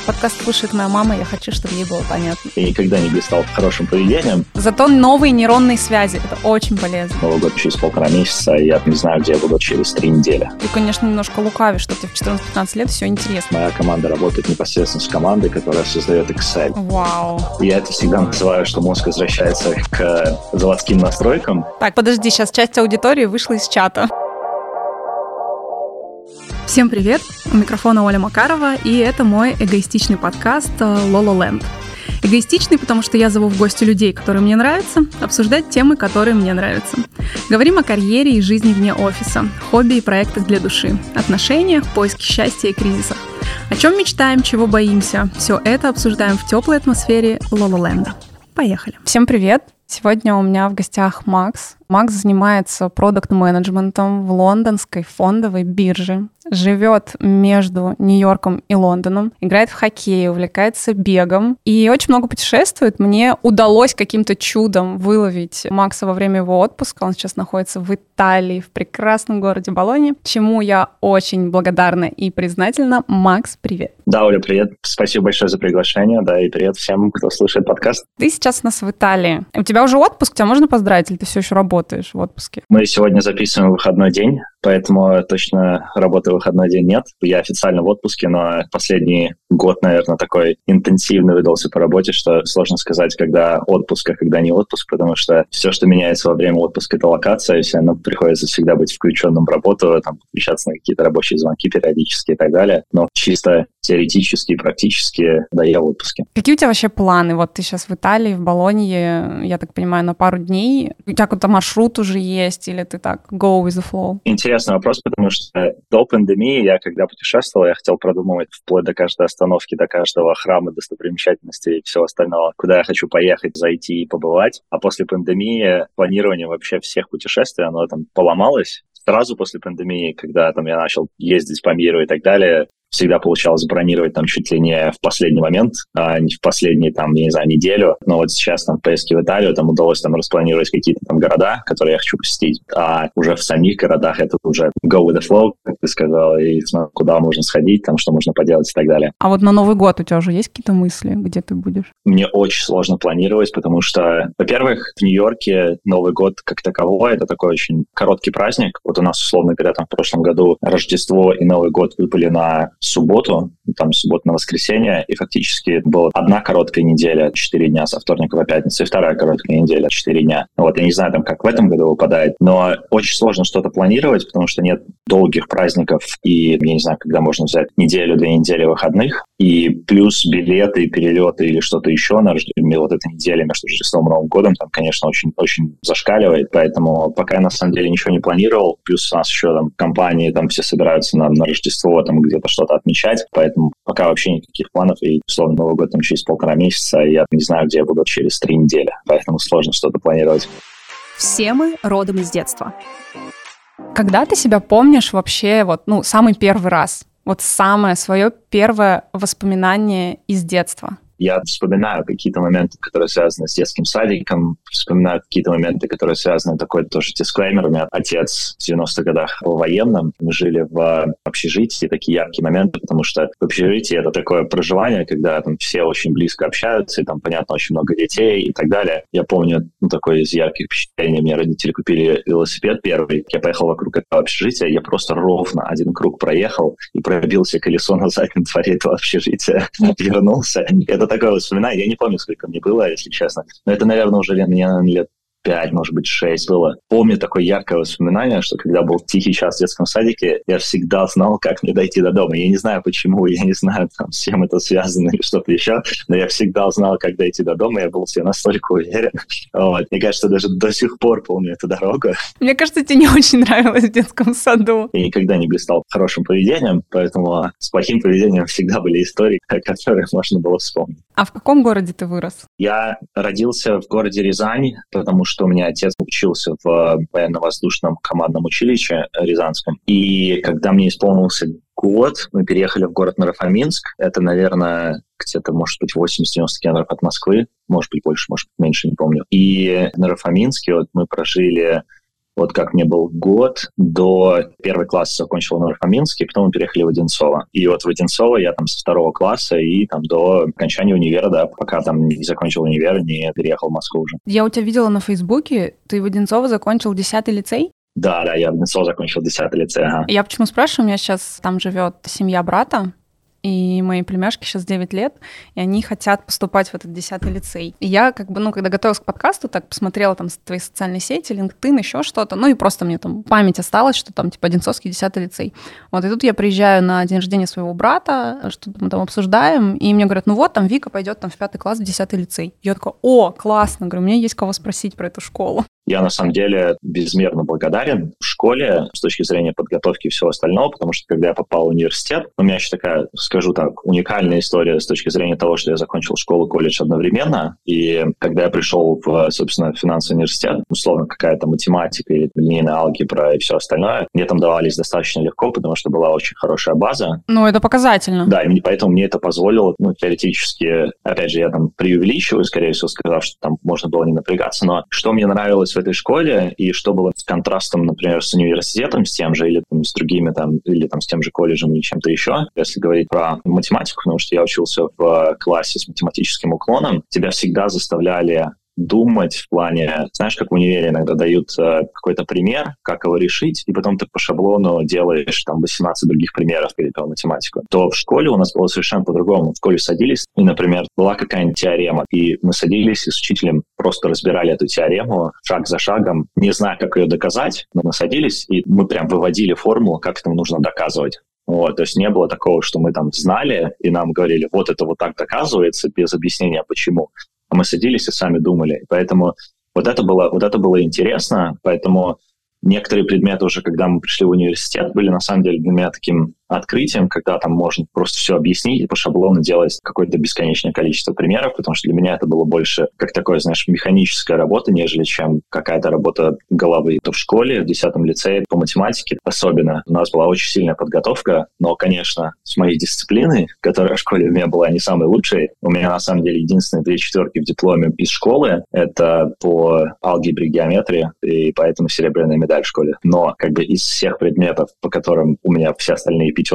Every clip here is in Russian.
Подкаст слушает моя мама, я хочу, чтобы ей было понятно. Я никогда не блистал хорошим поведением. Зато новые нейронные связи, это очень полезно. Новый год через 1,5 месяца, я не знаю, где я буду через 3 недели. Ты, конечно, немножко лукавишь, что тебе в 14-15 лет все интересно. Моя команда работает непосредственно с командой, которая создает Excel. Вау. Я это всегда называю, что мозг возвращается к заводским настройкам. Так, подожди, сейчас часть аудитории вышла из чата. Всем привет! У микрофона Оля Макарова, и это мой эгоистичный подкаст «Лололенд». Эгоистичный, потому что я зову в гости людей, которые мне нравятся, обсуждать темы, которые мне нравятся. Говорим о карьере и жизни вне офиса, хобби и проектах для души, отношениях, поиске счастья и кризисах. О чем мечтаем, чего боимся, все это обсуждаем в теплой атмосфере «Лололенда». Поехали! Всем привет! Сегодня у меня в гостях Макс. Макс занимается продакт-менеджментом в лондонской фондовой бирже, живет между Нью-Йорком и Лондоном, играет в хоккей, увлекается бегом и очень много путешествует. Мне удалось каким-то чудом выловить Макса во время его отпуска. Он сейчас находится в Италии, в прекрасном городе Болонья, чему я очень благодарна и признательна. Макс, привет. Да, Оля, привет. Спасибо большое за приглашение. Да, и привет всем, кто слушает подкаст. Ты сейчас у нас в Италии. У тебя уже отпуск? Тебя можно поздравить, или ты все еще работаешь в отпуске? Мы сегодня записываем выходной день, поэтому точно работы в выходной день нет. Я официально в отпуске, но последний год, наверное, такой интенсивный выдался по работе, что сложно сказать, когда отпуск, а когда не отпуск, потому что все, что меняется во время отпуска, это локация, и все равно приходится всегда быть включенным в работу, там, включаться на какие-то рабочие звонки периодически и так далее. Но чисто теоретически и практически, да, я в отпуске. Какие у тебя вообще планы? Вот ты сейчас в Италии, в Болонье, я так понимаю, на пару дней. У тебя какой-то маршрут уже есть, или ты так go with the flow? Интересный вопрос, потому что до пандемии я, когда путешествовал, я хотел продумывать вплоть до каждой остановки, до каждого храма, достопримечательности и всего остального, куда я хочу поехать, зайти и побывать. А после пандемии планирование вообще всех путешествий, оно там поломалось. Сразу после пандемии, когда там я начал ездить по миру и так далее, всегда получалось бронировать там чуть ли не в последний момент, а не в последние, там, я не знаю, неделю. Но вот сейчас там в поездке в Италию там удалось там распланировать какие-то там города, которые я хочу посетить. А уже в самих городах это уже go with the flow, как ты сказал, и куда можно сходить, там, что можно поделать и так далее. А вот на Новый год у тебя уже есть какие-то мысли, где ты будешь? Мне очень сложно планировать, потому что, во-первых, в Нью-Йорке Новый год как таковой, это такой очень короткий праздник. Вот у нас, условно говоря, там в прошлом году Рождество и Новый год выпали на субботу, там суббота на воскресенье, и фактически была одна короткая неделя, 4 дня, со вторника по пятницу, и вторая короткая неделя, 4 дня. Вот, я не знаю, там, как в этом году выпадает, но очень сложно что-то планировать, потому что нет долгих праздников, и я не знаю, когда можно взять неделю, 2 недели выходных, и плюс билеты, перелеты или что-то еще на вот эта неделя между Рождеством и Новым годом, там, конечно, очень зашкаливает, поэтому пока я на самом деле ничего не планировал, плюс у нас еще там компании, там все собираются на Рождество, там где-то что-то отмечать, поэтому пока вообще никаких планов, и, условно, Новый год там через 1,5 месяца, я не знаю, где я буду через 3 недели, поэтому сложно что-то планировать. Все мы родом из детства. Когда ты себя помнишь вообще, вот, самый первый раз? Вот самое свое первое воспоминание из детства? Я вспоминаю какие-то моменты, которые связаны с детским садиком, вспоминаю какие-то моменты, которые связаны, такой тоже дисклеймер. У меня отец в 90-х годах был военным, мы жили в общежитии, такие яркие моменты, потому что в общежитии это такое проживание, когда там все очень близко общаются, и там, понятно, очень много детей и так далее. Я помню, такое из ярких впечатлений, мне родители купили велосипед первый, я поехал вокруг этого общежития, я просто ровно один круг проехал и пробил себе колесо на заднем дворе этого общежития, вернулся. Это такое воспоминание. Я не помню, сколько мне было, если честно. Но это, наверное, уже мне лет 5, может быть, 6 было. Помню такое яркое воспоминание, что когда был тихий час в детском садике, я всегда знал, как мне дойти до дома. Я не знаю, почему, я не знаю, там, с чем это связано или что-то еще, но я всегда знал, как дойти до дома, я был себе настолько уверен. Вот. Мне кажется, даже до сих пор помню эту дорогу. Мне кажется, тебе не очень нравилось в детском саду. Я никогда не блистал хорошим поведением, поэтому с плохим поведением всегда были истории, которые можно было вспомнить. А в каком городе ты вырос? Я родился в городе Рязань, потому что у меня отец учился в военно-воздушном командном училище Рязанском. И когда мне исполнился год, мы переехали в город Наро-Фоминск. Это, наверное, где-то, может быть, 80-90 километров от Москвы. Может быть, больше, может быть, меньше, не помню. И в Наро-Фоминске вот мы прожили вот как мне был год до первого класса закончил в Новоархангельске, потом мы переехали в Одинцово. И вот в Одинцово я там со 2 класса и там до окончания универа, да, пока там не закончил универ, не переехал в Москву уже. Я у тебя видела на Фейсбуке, ты в Одинцово закончил 10-й лицей? Да, я в Одинцово закончил 10-й лицей, ага. Я почему спрашиваю, у меня сейчас там живет семья брата, и моей племяшке сейчас 9 лет, и они хотят поступать в этот 10-й лицей. И я когда готовилась к подкасту, так посмотрела там твои социальные сети, LinkedIn, еще что-то, и просто мне там память осталась, что там Одинцовский 10-й лицей. Вот, и тут я приезжаю на день рождения своего брата, что-то мы там обсуждаем, и мне говорят, там Вика пойдет там в 5 класс в 10-й лицей. Я такая, классно, говорю, мне есть кого спросить про эту школу. Я, на самом деле, безмерно благодарен в школе с точки зрения подготовки и всего остального, потому что, когда я попал в университет, у меня еще такая, скажу так, уникальная история с точки зрения того, что я закончил школу, колледж одновременно, и когда я пришел в, собственно, финансовый университет, условно, какая-то математика или линейная алгебра и все остальное, мне там давались достаточно легко, потому что была очень хорошая база. Это показательно. Да, и поэтому мне это позволило, теоретически, опять же, я там преувеличиваю, скорее всего, сказав, что там можно было не напрягаться, но что мне нравилось в этой школе, и что было с контрастом, например, с университетом, с тем же, или там, с другими, там, или там, с тем же колледжем, или чем-то еще, если говорить про математику, потому что я учился в классе с математическим уклоном, тебя всегда заставляли думать в плане, знаешь, как в универе иногда дают какой-то пример, как его решить, и потом ты по шаблону делаешь там 18 других примеров перед по математику. То в школе у нас было совершенно по-другому. В школе садились, и, например, была какая-нибудь теорема, и мы садились и с учителем просто разбирали эту теорему шаг за шагом, не зная, как ее доказать, но мы садились, и мы прям выводили формулу, как это нужно доказывать. Вот, то есть не было такого, что мы там знали, и нам говорили, вот это вот так доказывается, без объяснения почему. А мы садились и сами думали. Поэтому вот это было интересно. Поэтому некоторые предметы уже, когда мы пришли в университет, были на самом деле для меня таким открытием, когда там можно просто все объяснить и по шаблону делать какое-то бесконечное количество примеров, потому что для меня это было больше как такое, знаешь, механическая работа, нежели чем какая-то работа головы. То в школе, в 10-м лицее по математике особенно у нас была очень сильная подготовка, но, конечно, с моей дисциплиной, которая в школе у меня была не самой лучшей, у меня на самом деле единственные 2 четверки в дипломе из школы, это по алгебре и геометрии, и поэтому серебряная медаль в школе. Но как бы из всех предметов, по которым у меня все остальные 5,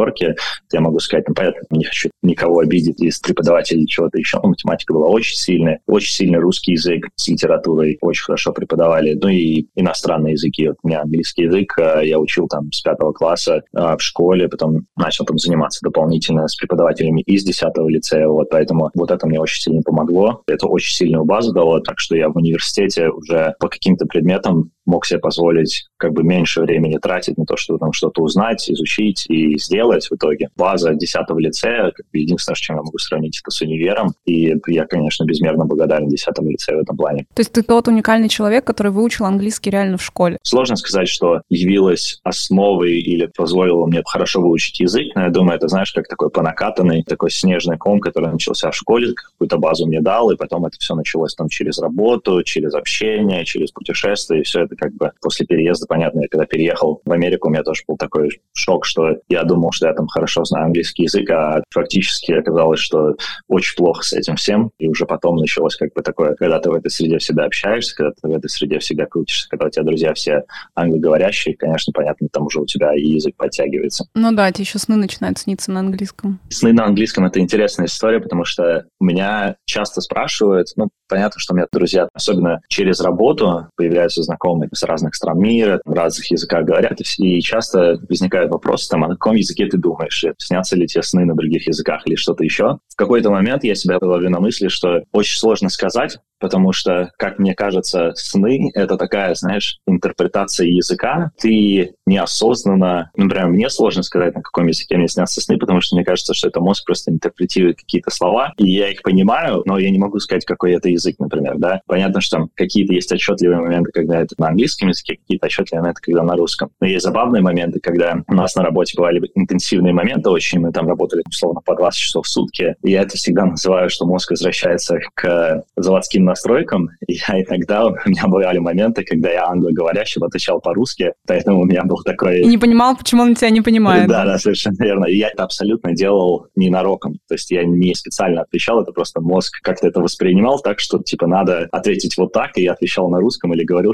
я могу сказать, понятно, не хочу никого обидеть из преподавателей чего-то еще, но математика была очень сильный русский язык с литературой очень хорошо преподавали, и иностранные языки. Вот у меня английский язык, я учил там с 5 класса в школе, потом начал там заниматься дополнительно с преподавателями из 10-го лицея, поэтому вот это мне очень сильно помогло, это очень сильную базу дало, так что я в университете уже по каким-то предметам мог себе позволить как бы меньше времени тратить на то, чтобы там что-то узнать, изучить и сделать в итоге. База 10-го лицея, как бы единственное, с чем я могу сравнить, это с универом. И я, конечно, безмерно благодарен 10-му лицею в этом плане. То есть ты тот уникальный человек, который выучил английский реально в школе? Сложно сказать, что явилось основой или позволило мне хорошо выучить язык, но я думаю, это, знаешь, как такой понакатанный, такой снежный ком, который начался в школе, какую-то базу мне дал, и потом это все началось там через работу, через общение, через путешествия, и все это как бы после переезда, понятно, я когда переехал в Америку, у меня тоже был такой шок, что я думал, что я там хорошо знаю английский язык, а фактически оказалось, что очень плохо с этим всем, и уже потом началось как бы такое, когда ты в этой среде всегда общаешься, когда ты в этой среде всегда крутишься, когда у тебя друзья все англоговорящие, конечно, понятно, там уже у тебя и язык подтягивается. Ну да, тебе еще сны начинают сниться на английском. Сны на английском — это интересная история, потому что у меня часто спрашивают, понятно, что у меня друзья, особенно через работу, появляются знакомые с разных стран мира, в разных языках говорят, и часто возникают вопросы, там, а на каком языке ты думаешь? Снятся ли тебе сны на других языках или что-то еще? В какой-то момент я себя ловлю на мысли, что очень сложно сказать, потому что, как мне кажется, сны — это такая, знаешь, интерпретация языка. Ты неосознанно, например, мне сложно сказать, на каком языке мне снятся сны, потому что мне кажется, что это мозг просто интерпретирует какие-то слова, и я их понимаю, но я не могу сказать, какой это язык, например, да. Понятно, что там какие-то есть отчетливые моменты, когда это на английском языке, какие-то отчетливые моменты, когда на русском. Но есть забавные моменты, когда у нас на работе бывали интенсивные моменты очень, мы там работали, условно, по 20 часов в сутки, и я это всегда называю, что мозг возвращается к заводским настройкам, и иногда у меня бывали моменты, когда я англоговорящий отвечал по-русски, поэтому у меня был такой... И не понимал, почему он тебя не понимает. Да, совершенно верно. И я это абсолютно делал ненароком. То есть я не специально отвечал, это просто мозг как-то это воспринимал так, что типа надо ответить вот так, и я отвечал на русском или говорил что-то на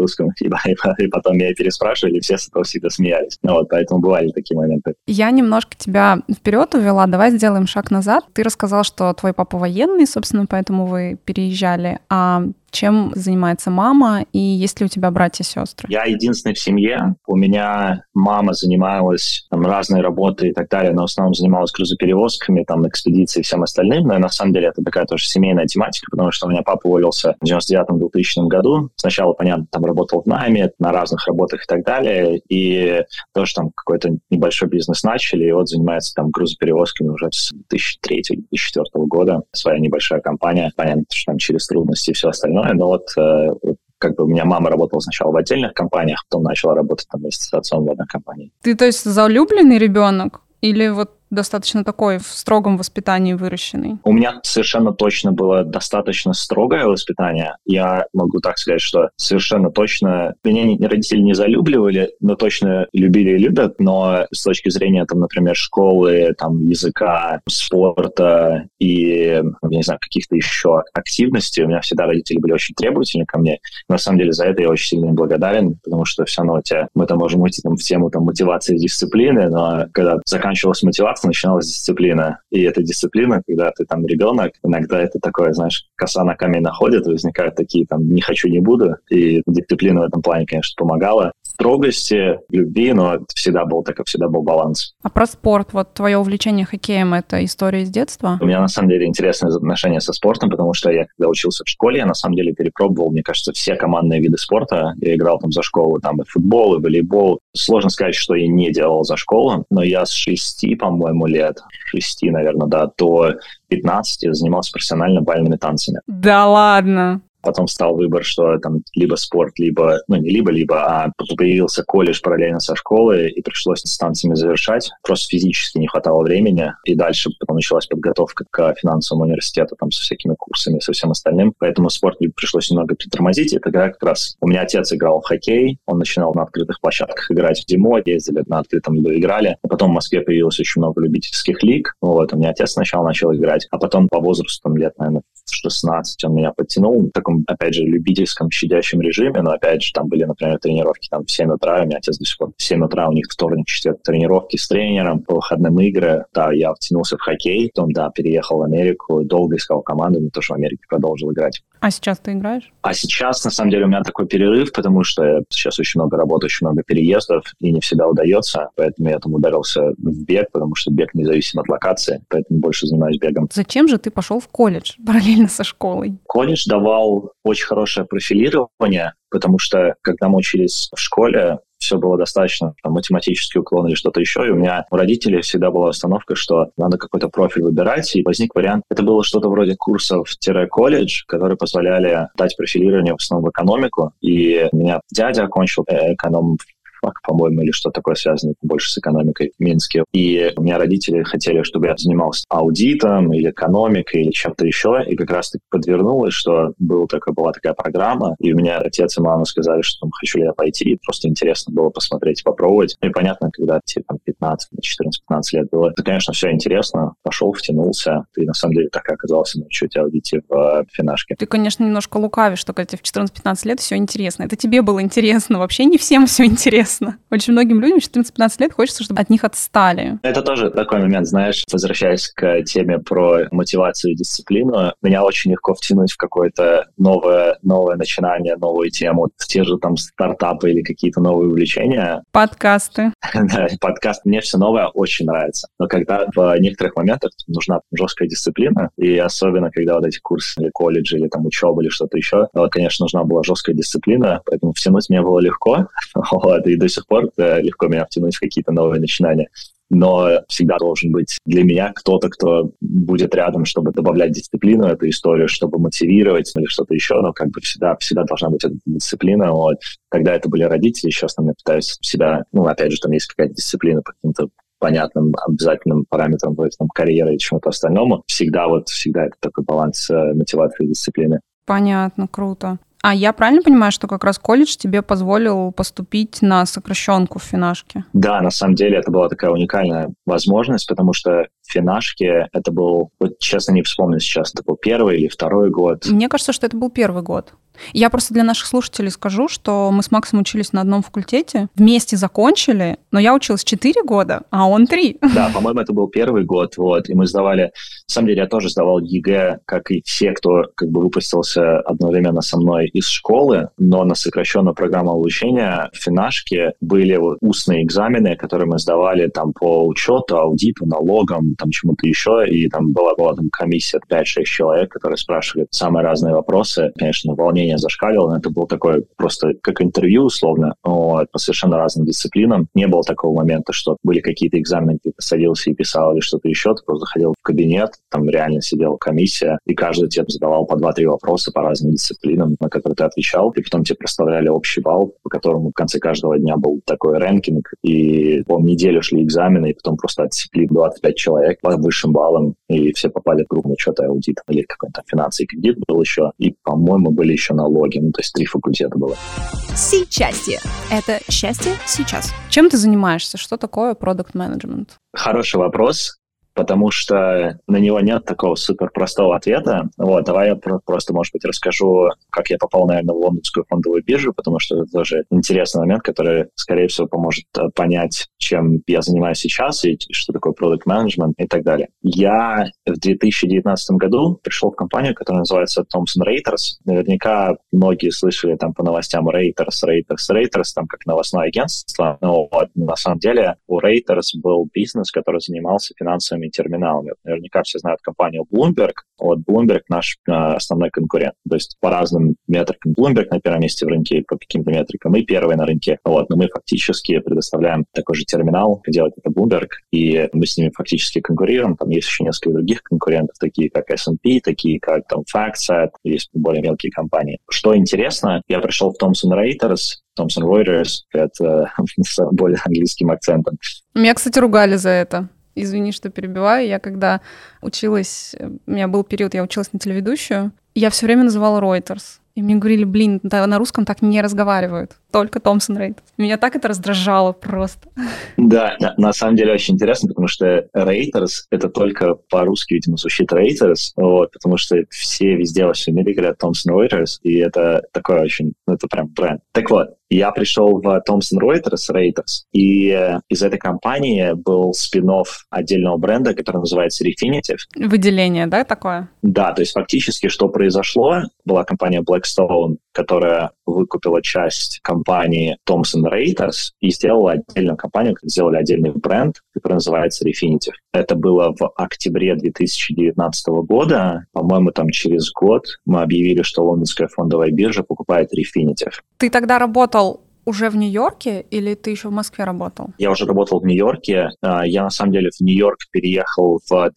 русском, и потом меня переспрашивали, и все с этого всегда смеялись. Ну вот, поэтому бывали такие моменты. Я немножко тебя вперед увела, давай сделаем шаг назад. Ты рассказал, что твой папа военный, собственно, поэтому вы переезжали. А чем занимается мама, и есть ли у тебя братья и сестры? Я единственный в семье. У меня мама занималась разной работой и так далее, но в основном занималась грузоперевозками, экспедицией и всем остальным. Но на самом деле это такая тоже семейная тематика, потому что у меня папа уволился в 99-2000 году. Сначала, понятно, работал в найме, на разных работах и так далее, и тоже какой-то небольшой бизнес начали, и вот занимается грузоперевозками уже с 2003-2004 года. Своя небольшая компания. Понятно, что через трудности и все остальное, но у меня мама работала сначала в отдельных компаниях, потом начала работать вместе с отцом в одной компании. Ты, то есть, залюбленный ребенок? Или достаточно такой в строгом воспитании выращенный? У меня совершенно точно было достаточно строгое воспитание. Я могу так сказать, что совершенно точно меня родители не залюбливали, но точно любили и любят, но с точки зрения, например, школы, языка, спорта и, не знаю, каких-то еще активностей, у меня всегда родители были очень требовательны ко мне. На самом деле за это я очень сильно им благодарен, потому что все равно мы можем уйти в тему мотивации и дисциплины, но когда заканчивалась мотивация, начиналась дисциплина. И эта дисциплина, когда ты ребенок, иногда это такое, знаешь, коса на камень находит, возникают такие не хочу, не буду. И дисциплина в этом плане, конечно, помогала. Строгости, любви, но всегда был баланс. А про спорт, твое увлечение хоккеем, это история из детства? У меня, на самом деле, интересные отношения со спортом, потому что я, когда учился в школе, я, на самом деле, перепробовал, мне кажется, все командные виды спорта. Я играл за школу, и футбол, и волейбол. Сложно сказать, что я не делал за школу, но я с 6, по-моему, лет, 6, наверное, до 15 занимался профессионально бальными танцами. Да ладно? Потом стал выбор, что либо спорт, либо, а появился колледж параллельно со школой, и пришлось с танцами завершать. Просто физически не хватало времени. И дальше потом началась подготовка к финансовому университету со всякими курсами, со всем остальным. Поэтому спорт пришлось немного притормозить. И тогда как раз у меня отец играл в хоккей, он начинал на открытых площадках играть в зимой, ездили на открытом льду, играли. А потом в Москве появилось очень много любительских лиг. У меня отец сначала начал играть, а потом по возрасту, лет, наверное, в 16 он меня подтянул в таком, опять же, любительском, щадящем режиме, но, опять же, были, например, тренировки в 7 утра, у меня отец до сих пор в 7 утра, у них вторник, четверг тренировки с тренером, по выходным игры, я втянулся в хоккей, потом, переехал в Америку, долго искал команду, но тоже в Америке продолжил играть. А сейчас ты играешь? А сейчас, на самом деле, у меня такой перерыв, потому что сейчас очень много работы, очень много переездов, и не всегда удается, поэтому я ударился в бег, потому что бег независим от локации, поэтому больше занимаюсь бегом. Зачем же ты пошел в колледж параллельно со школой? Колледж давал очень хорошее профилирование, потому что, когда мы учились в школе, все было достаточно, математический уклон или что-то еще, и у родителей всегда была установка, что надо какой-то профиль выбирать, и возник вариант. Это было что-то вроде курсов-колледж, которые позволяли дать профилирование в основном в экономику, и у меня дядя окончил эконом, по-моему, или что такое связано больше с экономикой в Минске. И у меня родители хотели, чтобы я занимался аудитом или экономикой или чем-то еще. И как раз-таки подвернулось, что была такая программа. И у меня отец и мама сказали, что хочу ли я пойти. И просто интересно было посмотреть, попробовать. Ну и понятно, когда тебе 14-15 лет было, это, конечно, все интересно. Пошел, втянулся. И на самом деле так и оказался на учете аудите в финашке. Ты, конечно, немножко лукавишь, что когда тебе в 14-15 лет все интересно. Это тебе было интересно. Вообще не всем все интересно. Очень многим людям в 14-15 лет хочется, чтобы от них отстали. Это тоже такой момент, знаешь, возвращаясь к теме про мотивацию и дисциплину, меня очень легко втянуть в какое-то новое начинание, новую тему, в те же стартапы или какие-то новые увлечения. Подкасты. Да, подкаст. Мне все новое очень нравится. Но когда в некоторых моментах нужна жесткая дисциплина, и особенно когда эти курсы или колледжи, или учеба, или что-то еще, конечно, нужна была жесткая дисциплина, поэтому втянуть мне было легко. И до сих пор легко меня втянуть в какие-то новые начинания. Но всегда должен быть для меня кто-то, кто будет рядом, чтобы добавлять дисциплину в эту историю, чтобы мотивировать или что-то еще. Но всегда должна быть эта дисциплина. Когда это были родители, сейчас я пытаюсь себя... опять же, есть какая-то дисциплина по каким-то понятным обязательным параметрам, карьеры и чему-то остальному. Всегда это такой баланс мотивации и дисциплины. Понятно, круто. А я правильно понимаю, что как раз колледж тебе позволил поступить на сокращенку в финашке? Да, на самом деле это была такая уникальная возможность, потому что в финашке это был, честно не вспомню сейчас, это был первый или второй год. Мне кажется, что это был первый год. Я просто для наших слушателей скажу, что мы с Максом учились на одном факультете, вместе закончили, но я училась 4 года, а он 3. Да, по-моему, это был первый год, и мы сдавали... На самом деле, я тоже сдавал ЕГЭ, как и все, кто выпустился одновременно со мной из школы, но на сокращенную программу обучения в финашке были устные экзамены, которые мы сдавали там по учету, аудиту, налогам, там чему-то еще, и там была там комиссия 5-6 человек, которые спрашивали самые разные вопросы. Конечно, волнение зашкаливало, но это было такое просто как интервью, условно, по совершенно разным дисциплинам. Не было такого момента, что были какие-то экзамены, где ты садился и писал или что-то еще, ты просто заходил в кабинет, там реально сидела комиссия, и каждый тебе задавал по 2-3 вопроса по разным дисциплинам, на которые ты отвечал, и потом тебе проставляли общий балл, по которому в конце каждого дня был такой рэнкинг, и по неделю шли экзамены, и потом просто отсекли 25 человек по высшим баллам, и все попали в группу учета и аудита, или какой-то финансы и кредит был еще, и, по-моему, были еще налоги, то есть 3 факультета было. Счастье. Это счастье сейчас. Чем ты занимаешься? Что такое продакт-менеджмент? Хороший вопрос, потому что на него нет такого супер простого ответа. Давай я просто, может быть, расскажу, как я попал, наверное, в лондонскую фондовую биржу, потому что это тоже интересный момент, который, скорее всего, поможет понять, чем я занимаюсь сейчас и что такое продакт менеджмент и так далее. Я в 2019 году пришел в компанию, которая называется Thomson Reuters. Наверняка многие слышали там по новостям Reuters, там как новостное агентство. Но на самом деле у Reuters был бизнес, который занимался финансовыми терминалами. Наверняка все знают компанию Bloomberg. Bloomberg наш основной конкурент. То есть по разным метрикам Bloomberg на первом месте в рынке, по каким-то метрикам мы первые на рынке. Но мы фактически предоставляем такой же терминал, делает это Bloomberg, и мы с ними фактически конкурируем. Там есть еще несколько других конкурентов, такие как S&P, такие как там FactSet, есть более мелкие компании. Что интересно, я пришел в Thomson Reuters, это с более английским акцентом. Меня, кстати, ругали за это. Извини, что перебиваю. Я когда училась, у меня был период, я училась на телеведущую, я все время называла Reuters. И мне говорили, на русском так не разговаривают, только Thomson Reuters. Меня так это раздражало просто. Да, на самом деле очень интересно, потому что Reuters — это только по-русски, видимо, звучит Reuters, потому что все везде во всем мире говорят Thomson Reuters, и это такой очень, это прям бренд. Так вот, я пришел в Thomson Reuters, и из этой компании был спин-офф отдельного бренда, который называется Refinitiv. Выделение, да, такое? Да, то есть фактически что произошло? Была компания Blackstone, которая выкупила часть компании Thomson Reuters и сделала отдельную компанию, сделали отдельный бренд, который называется Refinitiv. Это было в октябре 2019 года. По-моему, там через год мы объявили, что лондонская фондовая биржа покупает Refinitiv. Ты тогда работал уже в Нью-Йорке или ты еще в Москве работал? Я уже работал в Нью-Йорке. Я, на самом деле, в Нью-Йорк переехал в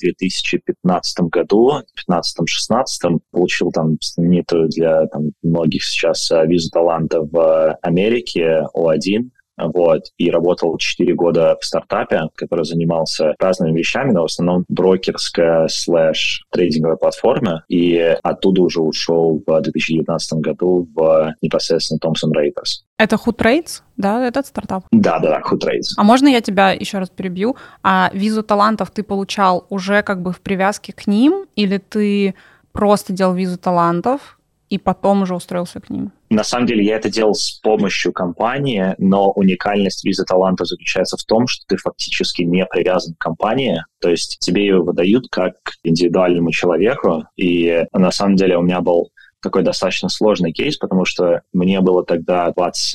2015 году, в 2015-2016. Получил там знаменитую для многих сейчас визу таланта в Америке, О1. И работал 4 года в стартапе, который занимался разными вещами, но в основном брокерская / трейдинговая платформа, и оттуда уже ушел в 2019 году в непосредственно Thomson Reuters. Это HoodTrades, да, этот стартап? Да, HoodTrades. А можно я тебя еще раз перебью? А визу талантов ты получал уже в привязке к ним, или ты просто делал визу талантов и потом уже устроился к ним? На самом деле я это делал с помощью компании, но уникальность визы таланта заключается в том, что ты фактически не привязан к компании, то есть тебе ее выдают как индивидуальному человеку, и на самом деле у меня был такой достаточно сложный кейс, потому что мне было тогда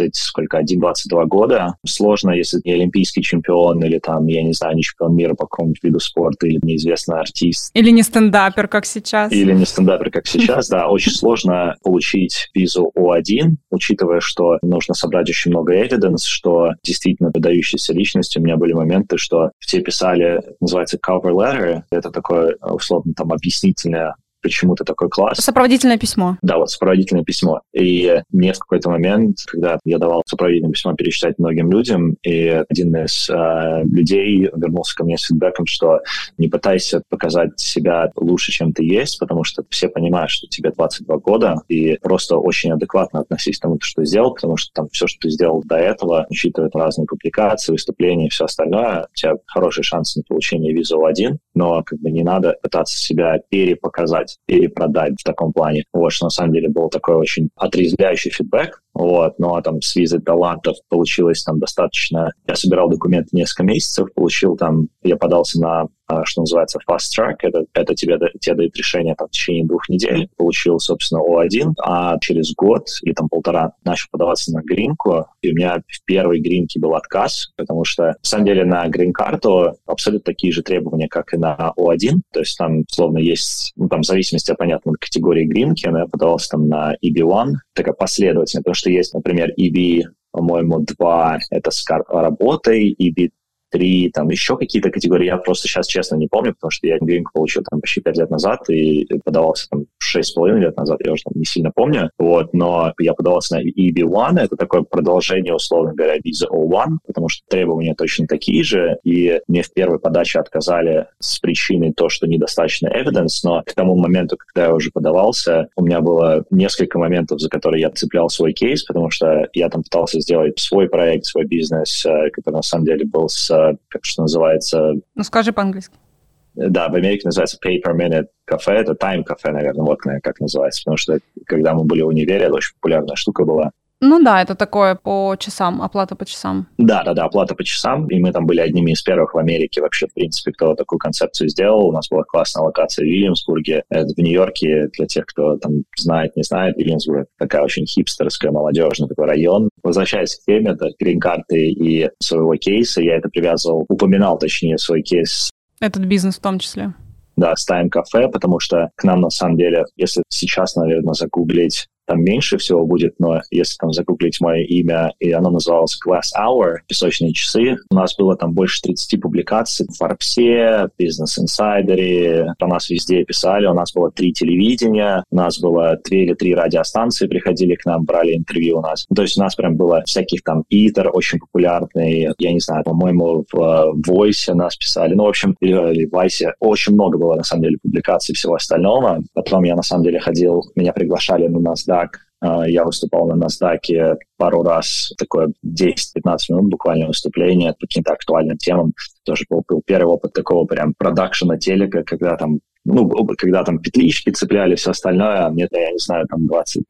22 года. Сложно, если не олимпийский чемпион или не чемпион мира по какому-нибудь виду спорта или неизвестный артист. Или не стендапер, как сейчас. Да. Очень сложно получить визу О1, учитывая, что нужно собрать очень много evidence, что действительно выдающейся личностью. У меня были моменты, что все писали, называется cover letter, это такое, условно, объяснительное, почему ты такой класс. Сопроводительное письмо. Да, сопроводительное письмо. И мне в какой-то момент, когда я давал сопроводительное письмо перечитать многим людям, и один из людей вернулся ко мне с фидбэком, что не пытайся показать себя лучше, чем ты есть, потому что все понимают, что тебе 22 года, и просто очень адекватно относись к тому, что ты сделал, потому что все, что ты сделал до этого, учитывая разные публикации, выступления и все остальное, у тебя хорошие шансы на получение визы О1, но не надо пытаться себя перепоказать. перепродать в таком плане. Вот, что на самом деле был такой очень отрезвляющий фидбэк. Вот, но там с визой талантов получилось там достаточно... Я собирал документы несколько месяцев, я подался на, что называется, fast track, это тебе дает решение там, в течение 2 недель, получил, собственно, О1, а через год или там 1,5 начал подаваться на гринку, и у меня в первой гринке был отказ, потому что, на самом деле, на грин-карту абсолютно такие же требования, как и на О1, то есть там, словно есть, там, в зависимости от, понятно, категории гринки, но я подавался там на EB1, такая последовательность, потому что есть, например, EB, по-моему, 2, это с работой, EB 3, там еще какие-то категории. Я просто сейчас, честно, не помню, потому что я гринку получил там почти 5 лет назад и подавался там 6,5 лет назад, я уже там не сильно помню. Вот, но я подавался на EB1, это такое продолжение, условно говоря, визы O1, потому что требования точно такие же, и мне в первой подаче отказали с причиной то, что недостаточно evidence, но к тому моменту, когда я уже подавался, у меня было несколько моментов, за которые я цеплял свой кейс, потому что я там пытался сделать свой проект, свой бизнес, который на самом деле был как что называется... Ну, скажи по-английски. Да, в Америке называется pay per minute кафе, это time кафе, наверное, вот как называется, потому что когда мы были в универе, это очень популярная штука была. Ну да, это такое по часам, оплата по часам. Да, оплата по часам, и мы там были одними из первых в Америке вообще, в принципе, кто такую концепцию сделал. У нас была классная локация в Вильямсбурге, это в Нью-Йорке, для тех, кто там знает, не знает, Вильямсбург такая очень хипстерская, молодежный такой район. Возвращаясь к теме, это грин-карты и своего кейса, я это упоминал, точнее, свой кейс. Этот бизнес в том числе. Да, с Time Cafe, потому что к нам, на самом деле, если сейчас, наверное, загуглить, там меньше всего будет, но если там загуглить мое имя, и оно называлось Glass Hour, песочные часы, у нас было там больше 30 публикаций в Forbes, Business Insider, про нас везде писали, у нас было 3 телевидения, у нас было 2 или 3 радиостанции приходили к нам, брали интервью у нас. То есть у нас прям было всяких там Итер, очень популярный, я не знаю, по-моему, в Voice нас писали, ну, в общем, или в Vice, очень много было, на самом деле, публикаций всего остального. Потом я, на самом деле, меня приглашали на NASDAQ. Я выступал на NASDAQ пару раз, такое 10-15 минут буквально выступление по каким-то актуальным темам. Тоже был первый опыт такого прям продакшена телека, когда там петлички цепляли, все остальное, а мне-то, я не знаю, там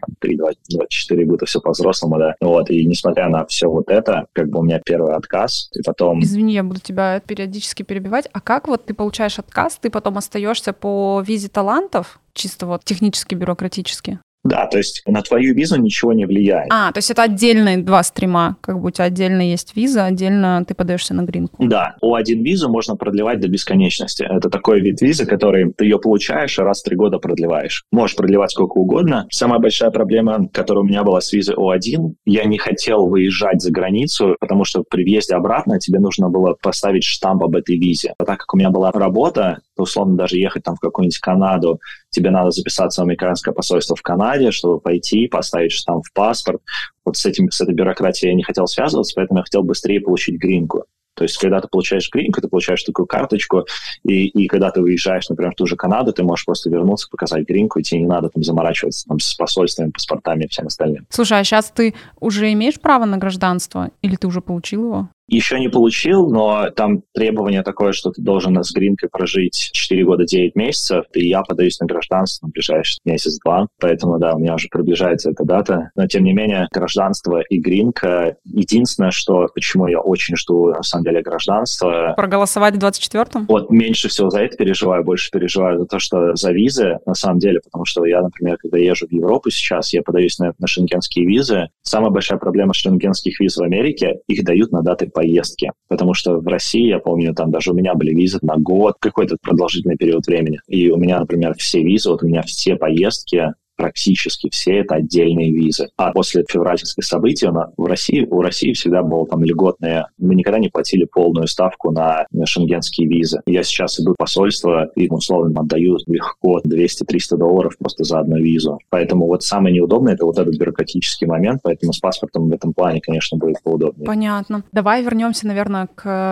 23-24 года, все по-взрослому, да. Вот, и несмотря на все вот это, как бы у меня первый отказ, и потом... Извини, я буду тебя периодически перебивать. А как вот ты получаешь отказ, ты потом остаешься по визе талантов, чисто вот технически, бюрократически? Да, то есть на твою визу ничего не влияет. То есть это отдельные 2 стрима, как бы у тебя отдельно есть виза, отдельно ты подаешься на гринку. Да, О1 визу можно продлевать до бесконечности. Это такой вид визы, который ты ее получаешь и раз в 3 года продлеваешь. Можешь продлевать сколько угодно. Самая большая проблема, которая у меня была с визой О1, я не хотел выезжать за границу, потому что при въезде обратно тебе нужно было поставить штамп об этой визе. А так как у меня была работа, то, условно, даже ехать там в какую-нибудь Канаду, тебе надо записаться в американское посольство в Канаде, чтобы пойти, поставить штамп в паспорт. Вот с этой бюрократией я не хотел связываться, поэтому я хотел быстрее получить гринку. То есть, когда ты получаешь гринку, ты получаешь такую карточку, и когда ты уезжаешь, например, в ту же Канаду, ты можешь просто вернуться, показать гринку, и тебе не надо там заморачиваться там, с посольствами, паспортами и всем остальным. Слушай, а сейчас ты уже имеешь право на гражданство? Или ты уже получил его? Еще не получил, но там требование такое, что ты должен с гринкой прожить 4 года 9 месяцев, и я подаюсь на гражданство на ближайший месяц-два, поэтому, да, у меня уже приближается эта дата. Но, тем не менее, гражданство и гринка — единственное, почему я очень жду, на самом деле, гражданство. Проголосовать в 24-м? Вот меньше всего за это переживаю, больше переживаю за то, что за визы, на самом деле, потому что я, например, когда езжу в Европу сейчас, я подаюсь на шенгенские визы. Самая большая проблема шенгенских виз в Америке — их дают на даты поездки. Потому что в России, я помню, там даже у меня были визы на год, какой-то продолжительный период времени. И у меня, например, все визы, вот у меня все поездки, практически все это отдельные визы. А после февральских событий у России всегда было там льготные. Мы никогда не платили полную ставку на шенгенские визы. Я сейчас иду в посольство и, условно, отдаю легко $200-300 просто за одну визу. Поэтому вот самое неудобное — это вот этот бюрократический момент, поэтому с паспортом в этом плане, конечно, будет поудобнее. Понятно. Давай вернемся, наверное,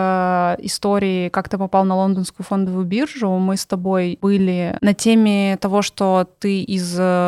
к истории, как ты попал на лондонскую фондовую биржу. Мы с тобой были на теме того, что ты из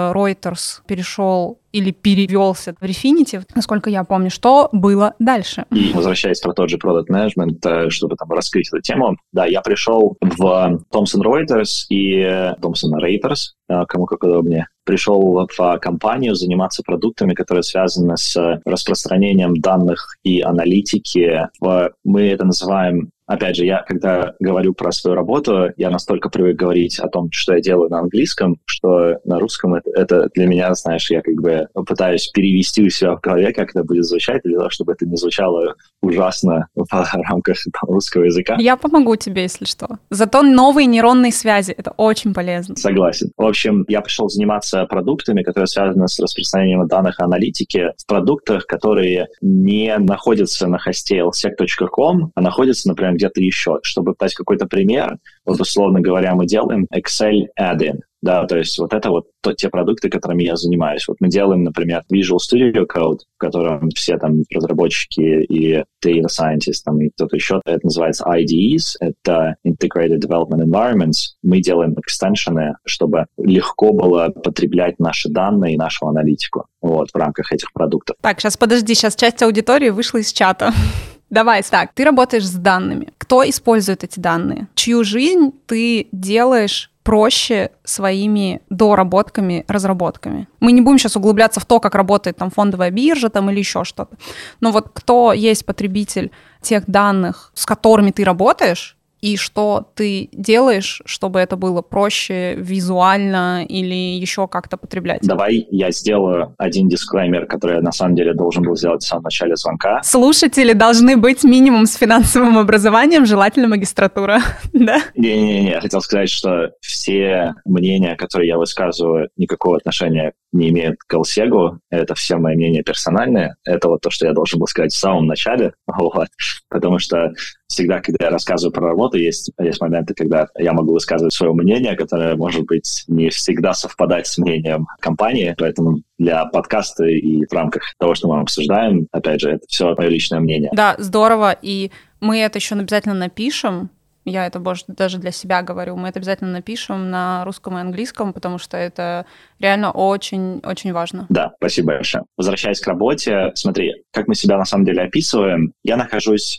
Reuters перешел или перевелся в Refinitiv, насколько я помню, что было дальше. И возвращаясь про тот же Product Management, чтобы там раскрыть эту тему, да, я пришел в Thomson Reuters и Thomson Reuters, кому как удобнее, пришел в компанию заниматься продуктами, которые связаны с распространением данных и аналитики. Мы это называем... Опять же, я, когда говорю про свою работу, я настолько привык говорить о том, что я делаю на английском, что на русском это для меня, знаешь, я как бы пытаюсь перевести у себя в голове, как это будет звучать, для того, чтобы это не звучало ужасно в рамках русского языка. Я помогу тебе, если что. Зато новые нейронные связи, это очень полезно. Согласен. В общем, я пришел заниматься продуктами, которые связаны с распространением данных и аналитики, в продуктах, которые не находятся на хосте lsec.com, а находятся, например, где-то еще. Чтобы дать какой-то пример, вот условно говоря, мы делаем Excel add-in. Да, то есть вот это вот те продукты, которыми я занимаюсь. Вот мы делаем, например, Visual Studio Code, в котором все там разработчики и data scientists, там, и кто-то еще. Это называется IDEs, это Integrated Development Environments. Мы делаем экстеншены, чтобы легко было потреблять наши данные и нашу аналитику вот, в рамках этих продуктов. Так, сейчас подожди, сейчас часть аудитории вышла из чата. Давай, так, ты работаешь с данными. Кто использует эти данные? Чью жизнь ты делаешь проще своими доработками, разработками? Мы не будем сейчас углубляться в то, как работает там фондовая биржа там, или еще что-то. Но вот кто есть потребитель тех данных, с которыми ты работаешь, и что ты делаешь, чтобы это было проще визуально или еще как-то потреблять? Давай я сделаю один дисклеймер, который я на самом деле должен был сделать в самом начале звонка. Слушатели должны быть минимум с финансовым образованием, желательно магистратура, да? Не-не-не, я хотел сказать, что все мнения, которые я высказываю, никакого отношения не имеют к LSEG. Это все мои мнения персональные. Это вот то, что я должен был сказать в самом начале. Вот. Потому что всегда, когда я рассказываю про работу, есть моменты, когда я могу высказывать свое мнение, которое, может быть, не всегда совпадать с мнением компании. Поэтому для подкаста и в рамках того, что мы обсуждаем, опять же, это все мое личное мнение. Да, здорово. И мы это еще обязательно напишем. Я это даже для себя говорю. Мы это обязательно напишем на русском и английском, потому что это реально очень-очень важно. Да, спасибо большое. Возвращаясь к работе, смотри, как мы себя на самом деле описываем. Я нахожусь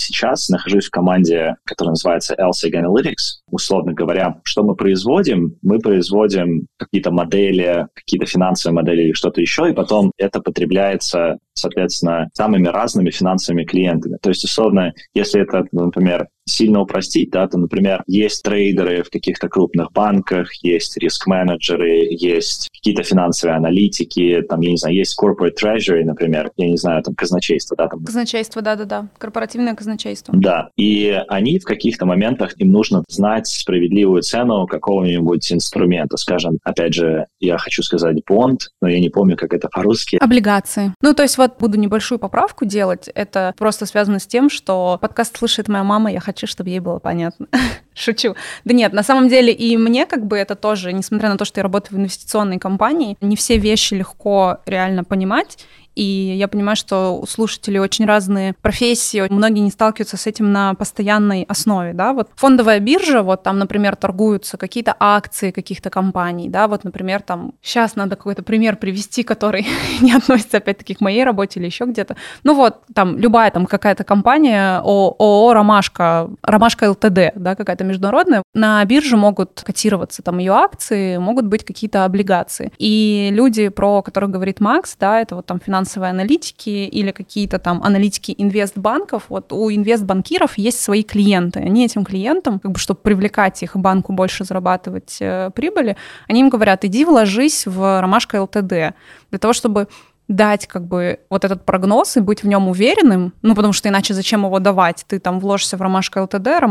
в команде, которая называется LSEG Analytics. Условно говоря, что мы производим? Мы производим какие-то модели, какие-то финансовые модели или что-то еще, и потом это потребляется, соответственно, самыми разными финансовыми клиентами. То есть, условно, если это, например, сильно упростить, да, то, например, есть трейдеры в каких-то крупных банках, есть риск-менеджеры, есть какие-то финансовые аналитики, там, я не знаю, есть corporate treasury, например, я не знаю, там, казначейство, да, там. Казначейство, да-да-да, корпоративное казначейство. Да, и они в каких-то моментах, им нужно знать справедливую цену какого-нибудь инструмента, скажем, опять же, я хочу сказать bond, но я не помню, как это по-русски. Облигации. Ну, то есть вот буду небольшую поправку делать, это просто связано с тем, что подкаст слышит моя мама, я хочу, чтобы ей было понятно. Шучу. Да нет, на самом деле и мне как бы это тоже, несмотря на то, что я работаю в инвестиционной компании, не все вещи легко реально понимать. И я понимаю, что у слушателей очень разные профессии, многие не сталкиваются с этим на постоянной основе, да, вот фондовая биржа, вот там, например, торгуются какие-то акции каких-то компаний, да, вот, например, там, сейчас надо какой-то пример привести, который не относится, опять-таки, к моей работе или еще где-то, ну вот, там, любая там какая-то компания, ООО «Ромашка», «Ромашка ЛТД», да, какая-то международная, на бирже могут котироваться там ее акции, могут быть какие-то облигации, и люди, про которых говорит Макс, да, это вот там финансовые аналитики или какие-то там аналитики инвестбанков, вот у инвестбанкиров есть свои клиенты. Они этим клиентам, как бы, чтобы привлекать их, банку больше зарабатывать прибыли, они им говорят, иди вложись в «Ромашка ЛТД», для того, чтобы дать как бы вот этот прогноз и быть в нем уверенным, ну, потому что иначе зачем его давать? Ты там вложишься в «Ромашка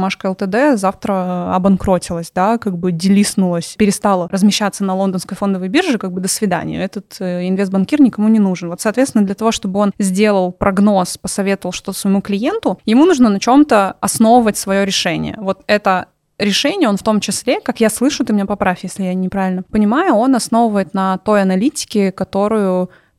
ЛТД» завтра обанкротилась, да, как бы делиснулась, перестала размещаться на лондонской фондовой бирже, как бы до свидания. Этот инвестбанкир никому не нужен. Вот, соответственно, для того, чтобы он сделал прогноз, посоветовал что-то своему клиенту, ему нужно на чем-то основывать свое решение. Вот это решение, он в том числе, как я слышу, ты меня поправь, если я неправильно понимаю, он основывает на той аналитике, которую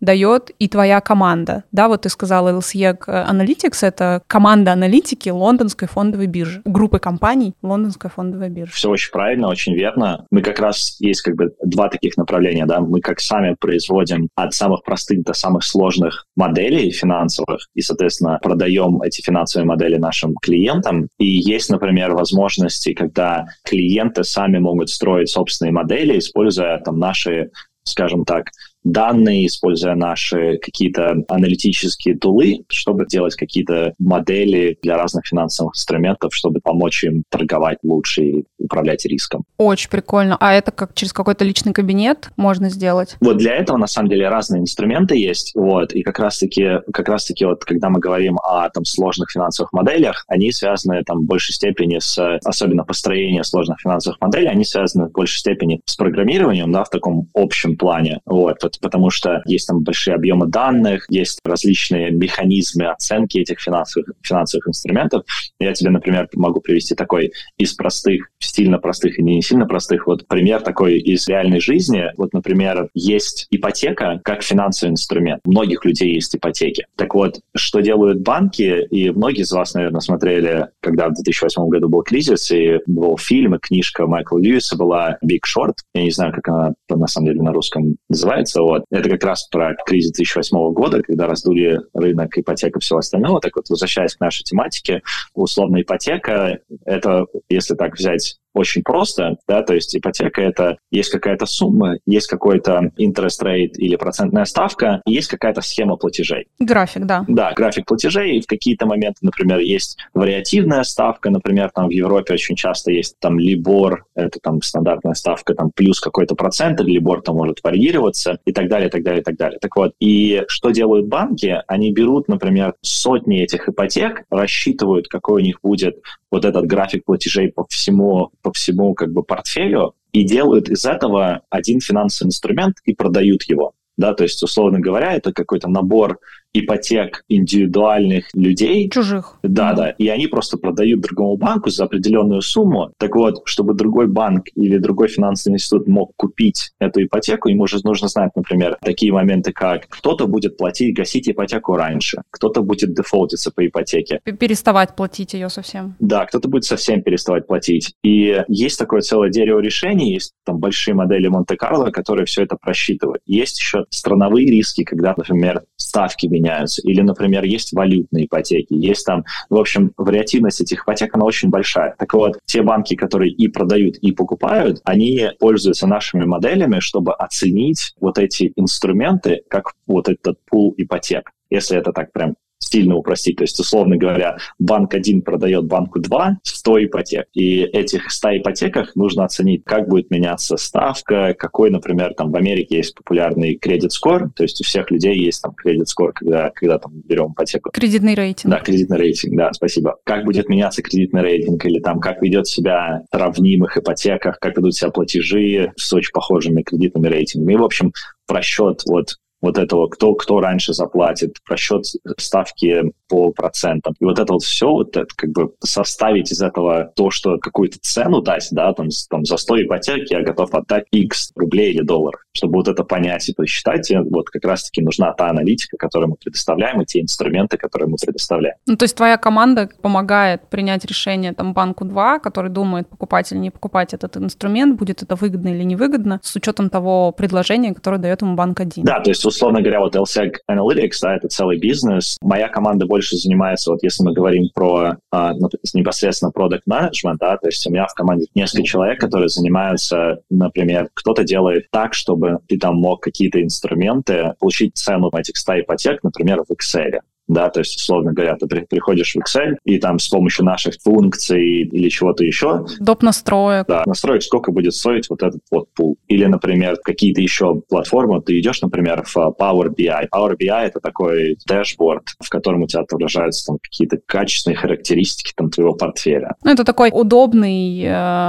дает и твоя команда. Да, вот ты сказала, LSEG Analytics — это команда аналитики Лондонской фондовой биржи, группы компаний Лондонской фондовой биржи. Все очень правильно, очень верно. Мы как раз есть как бы два таких направления, да. Мы как сами производим от самых простых до самых сложных моделей финансовых и, соответственно, продаем эти финансовые модели нашим клиентам. И есть, например, возможности, когда клиенты сами могут строить собственные модели, используя там наши, скажем так, данные, используя наши какие-то аналитические тулы, чтобы делать какие-то модели для разных финансовых инструментов, чтобы помочь им торговать лучше и управлять риском. Очень прикольно. А это как через какой-то личный кабинет можно сделать? Вот для этого, на самом деле, разные инструменты есть. Вот, и как раз-таки вот, когда мы говорим о там, сложных финансовых моделях, они связаны там, в большей степени особенно построение сложных финансовых моделей, они связаны в большей степени с программированием, да, в таком общем плане. Вот, потому что есть там большие объемы данных, есть различные механизмы оценки этих финансовых инструментов. Я тебе, например, могу привести такой из простых, сильно простых и не сильно простых. Вот пример такой из реальной жизни. Вот, например, есть ипотека как финансовый инструмент. У многих людей есть ипотеки. Так вот, что делают банки, и многие из вас, наверное, смотрели, когда в 2008 году был кризис, и был фильм и книжка Майкла Льюиса была «Big Short». Я не знаю, как она на самом деле на русском называется. Вот. Это как раз про кризис 2008 года, когда раздули рынок, ипотека и всего остального. Так вот, возвращаясь к нашей тематике, условно ипотека — это, если так взять очень просто, да, то есть ипотека — это есть какая-то сумма, есть какой-то interest rate или процентная ставка, и есть какая-то схема платежей. График, да. Да, график платежей, и в какие-то моменты, например, есть вариативная ставка, например, там в Европе очень часто есть там LIBOR, это там стандартная ставка, там плюс какой-то процент, LIBOR там может варьироваться, и так далее, и так далее, и так далее. Так вот, и что делают банки? Они берут, например, сотни этих ипотек, рассчитывают, какой у них будет вот этот график платежей по всему как бы портфелю, и делают из этого один финансовый инструмент и продают его. Да, то есть, условно говоря, это какой-то набор ипотек индивидуальных людей. Чужих. Да. И они просто продают другому банку за определенную сумму. Так вот, чтобы другой банк или другой финансовый институт мог купить эту ипотеку, ему же нужно знать, например, такие моменты, как кто-то будет гасить ипотеку раньше, кто-то будет дефолтиться по ипотеке. Переставать платить ее совсем. Да, кто-то будет совсем переставать платить. И есть такое целое дерево решений, есть там большие модели Монте-Карло, которые все это просчитывают. Есть еще страновые риски, когда, например, ставки меняются, или, например, есть валютные ипотеки, есть там, в общем, вариативность этих ипотек, она очень большая. Так вот, те банки, которые и продают, и покупают, они пользуются нашими моделями, чтобы оценить вот эти инструменты, как вот этот пул ипотек, если это так прям сильно упростить. То есть, условно говоря, банк 1 продает банку 2 100 ипотек. И этих 100 ипотеках нужно оценить, как будет меняться ставка, какой, например, там в Америке есть популярный кредит-скор, то есть у всех людей есть там кредит-скор, когда там берем ипотеку. Кредитный рейтинг. Да, кредитный рейтинг, да, спасибо. Как будет меняться кредитный рейтинг, или там как ведет себя в равнимых ипотеках, как ведут себя платежи с очень похожими кредитными рейтингами. И, в общем, просчет вот этого, кто раньше заплатит, просчет ставки по процентам. И вот это вот все, вот это, как бы составить из этого то, что какую-то цену дать, да, там за 100 ипотек я готов отдать X рублей или долларов. Чтобы вот это понять и посчитать, вот как раз-таки нужна та аналитика, которую мы предоставляем, и те инструменты, которые мы предоставляем. Ну, то есть твоя команда помогает принять решение там банку 2, который думает, покупать или не покупать этот инструмент, будет это выгодно или невыгодно, с учетом того предложения, которое дает ему банк 1. Да, то есть, условно говоря, вот LSEG Analytics, да, это целый бизнес. Моя команда больше занимается, вот если мы говорим про непосредственно product management, да, то есть у меня в команде несколько человек, которые занимаются, например, кто-то делает так, чтобы ты там мог какие-то инструменты, получить цену этих 100 ипотек, например, в Excel. Да, то есть, условно говоря, ты приходишь в Excel, и там с помощью наших функций или чего-то еще... Доп. Настроек. Да, настроить, сколько будет стоить вот этот вот пул. Или, например, какие-то еще платформы, ты идешь, например, в Power BI. Power BI — это такой дэшборд, в котором у тебя отображаются там какие-то качественные характеристики там твоего портфеля. Ну, это такой удобный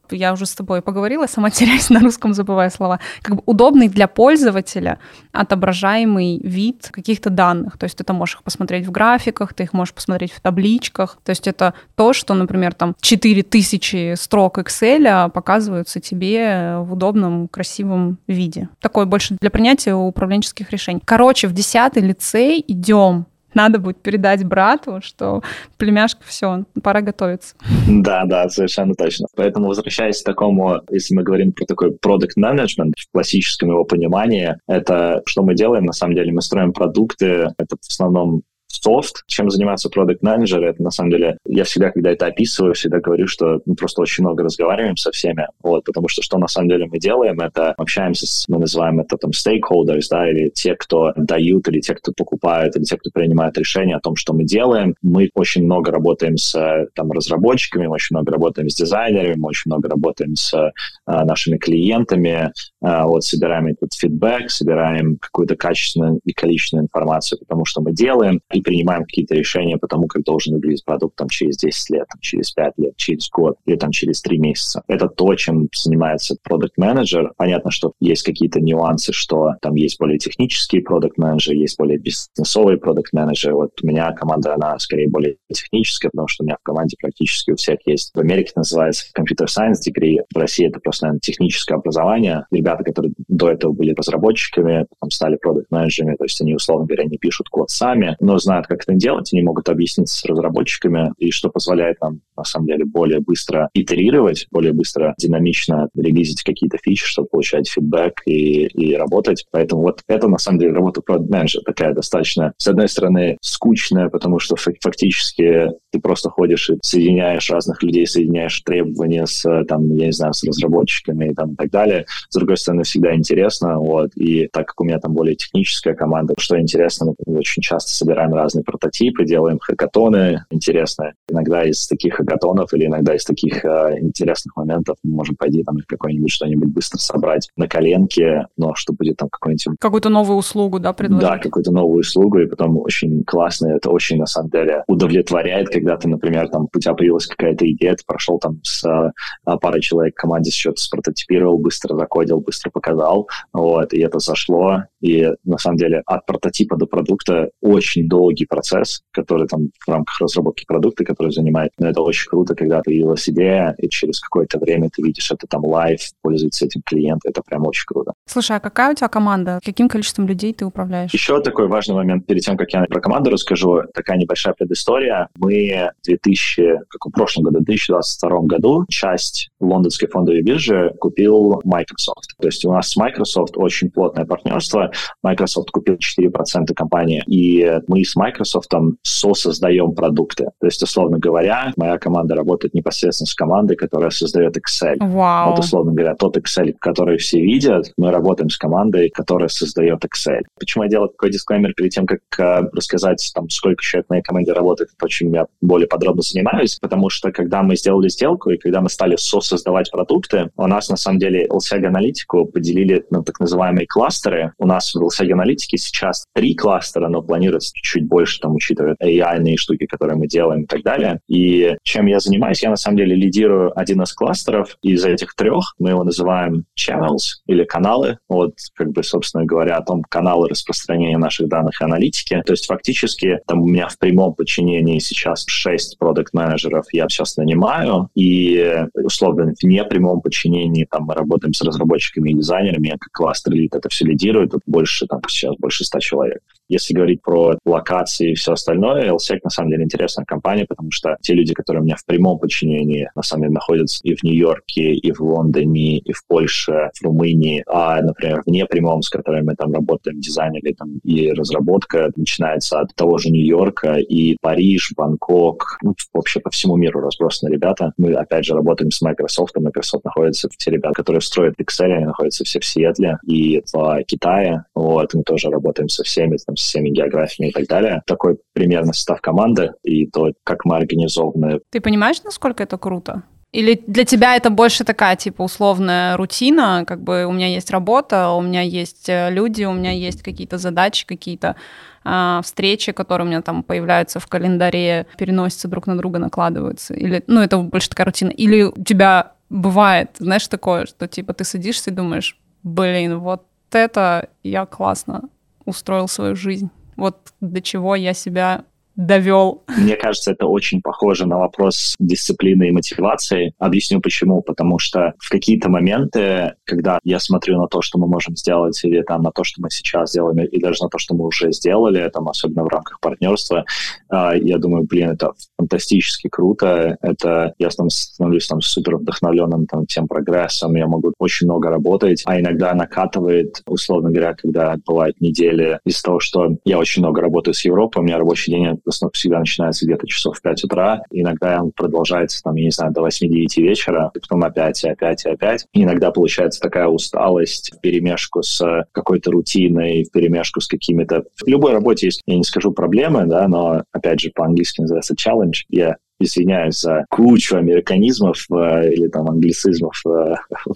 я уже с тобой поговорила, сама теряюсь на русском, забывая слова, как бы удобный для пользователя отображаемый вид каких-то данных. То есть ты там можешь их посмотреть в графиках, ты их можешь посмотреть в табличках. То есть это то, что, например, там 4000 строк Excel показываются тебе в удобном, красивом виде. Такое больше для принятия управленческих решений. Короче, в 10-й лицей идем. Надо будет передать брату, что племяшка, все, пора готовиться. Да, совершенно точно. Поэтому, возвращаясь к такому, если мы говорим про такой product management в классическом его понимании, это что мы делаем? На самом деле мы строим продукты, это в основном софт. Чем занимается продакт-менеджер, это на самом деле, я всегда, когда это описываю, всегда говорю, что мы просто очень много разговариваем со всеми, потому что на самом деле мы делаем, это общаемся мы называем это там stakeholders, да, или те, кто дают, или те, кто покупают, или те, кто принимает решения о том, что мы делаем. Мы очень много работаем с там разработчиками, мы очень много работаем с дизайнерами, мы очень много работаем с нашими клиентами, собираем этот фидбэк, собираем какую-то качественную и количественную информацию, потому что мы делаем, и принимаем какие-то решения по тому, как должен выглядеть продукт там, через 10 лет, там, через 5 лет, через год или там, через 3 месяца. Это то, чем занимается продакт-менеджер. Понятно, что есть какие-то нюансы, что там есть более технические продакт-менеджеры, есть более бизнесовые продакт-менеджеры. Вот у меня команда, она скорее более техническая, потому что у меня в команде практически у всех есть. В Америке это называется Computer Science Degree, в России это просто, наверное, техническое образование. Ребята, которые до этого были разработчиками, потом стали продакт-менеджерами, то есть они, условно говоря, не пишут код сами, но знают, как это делать, они могут объяснить с разработчиками, и что позволяет нам, на самом деле, более быстро итерировать, более быстро, динамично релизить какие-то фичи, чтобы получать фидбэк и работать. Поэтому вот это, на самом деле, работа продакт-менеджера такая достаточно, с одной стороны, скучная, потому что фактически ты просто ходишь и соединяешь разных людей, соединяешь требования с, там, я не знаю, с разработчиками и там, и так далее. С другой стороны, всегда интересно, и так как у меня там более техническая команда, что интересно, мы очень часто собираем разные прототипы, делаем хакатоны интересные. Иногда из таких хакатонов или иногда из таких интересных моментов мы можем пойти там какое-нибудь что-нибудь быстро собрать на коленке, но что будет там какой-нибудь... Какую-то новую услугу, да, предложить? Да, какую-то новую услугу, и потом очень классно, это очень, на самом деле, удовлетворяет, когда ты, например, там, у тебя появилась какая-то идея, ты прошел там с парой человек в команде, что-то спрототипировал, быстро закодил, быстро показал, и это зашло, и, на самом деле, от прототипа до продукта очень долгий процесс, который там в рамках разработки продукта, который занимает. Но это очень круто, когда появилась идея, и через какое-то время ты видишь это там лайв, пользуется этим клиент. Это прям очень круто. Слушай, а какая у тебя команда? Каким количеством людей ты управляешь? Еще такой важный момент, перед тем, как я про команду расскажу, такая небольшая предыстория. Мы в прошлом году, в 2022 году, часть лондонской фондовой биржи купил Microsoft. То есть у нас с Microsoft очень плотное партнерство. Microsoft купил 4% компании, и мы с Microsoft создаем продукты. То есть, условно говоря, моя команда работает непосредственно с командой, которая создает Excel. Вау. Вот, условно говоря, тот Excel, который все видят, мы работаем с командой, которая создает Excel. Почему я делаю такой дисклеймер перед тем, как рассказать, сколько человек в моей команде работает, то, чем я более подробно занимаюсь, потому что, когда мы сделали сделку и когда мы стали создавать продукты, у нас, на самом деле, LSEG-аналитику поделили на так называемые кластеры. У нас в LSEG-аналитике сейчас 3 кластера, но планируется чуть-чуть больше, учитывая AI-ные штуки, которые мы делаем и так далее. И чем я занимаюсь? Я, на самом деле, лидирую один из кластеров. Из этих 3 мы его называем channels или каналы. Собственно говоря, о том, каналы распространения наших данных и аналитики. То есть, фактически, у меня в прямом подчинении сейчас 6 продакт-менеджеров я сейчас нанимаю, и, условно, в непрямом подчинении мы работаем с разработчиками и дизайнерами, я как кластер-лид это все лидирую, тут сейчас больше 100 человек. Если говорить про локации и все остальное, LSEG, на самом деле, интересная компания, потому что те люди, которые у меня в прямом подчинении, на самом деле, находятся и в Нью-Йорке, и в Лондоне, и в Польше, в Румынии, а, например, в непрямом, с которыми мы работаем, дизайнеры и разработка, начинается от того же Нью-Йорка, и Париж, Бангкок, вообще по всему миру разбросаны ребята. Мы, опять же, работаем с Microsoft, и Microsoft находится, те ребята, которые строят Excel, они находятся все в Сиэтле и в Китае, мы тоже работаем со всеми географиями и так далее. Такой примерно состав команды и то, как мы организованы. Ты понимаешь, насколько это круто? Или для тебя это больше такая, условная рутина, у меня есть работа, у меня есть люди, у меня есть какие-то задачи, какие-то встречи, которые у меня появляются в календаре, переносятся друг на друга, накладываются? Или, это больше такая рутина? Или у тебя бывает, знаешь, такое, что типа ты садишься и думаешь, блин, вот это я классно устроил свою жизнь. Вот до чего я себя довел. Мне кажется, это очень похоже на вопрос дисциплины и мотивации. Объясню почему. Потому что в какие-то моменты, когда я смотрю на то, что мы можем сделать, или там на то, что мы сейчас делаем, и даже на то, что мы уже сделали, там, особенно в рамках партнерства, я думаю, блин, это фантастически круто. Это я становлюсь там супер вдохновленным там, тем прогрессом, я могу очень много работать, а иногда накатывает, условно говоря, когда бывают недели из-за того, что я очень много работаю с Европой, у меня рабочий день всегда начинается где-то часов в 5 утра. Иногда он продолжается, там, я не знаю, до 8-9 вечера, и потом опять, и опять, и опять. И иногда получается такая усталость вперемешку с какой-то рутиной, вперемешку с какими-то... В любой работе есть, я не скажу проблемы, да, но, опять же, по-английски называется challenge. Я извиняюсь за кучу американизмов или там англицизмов в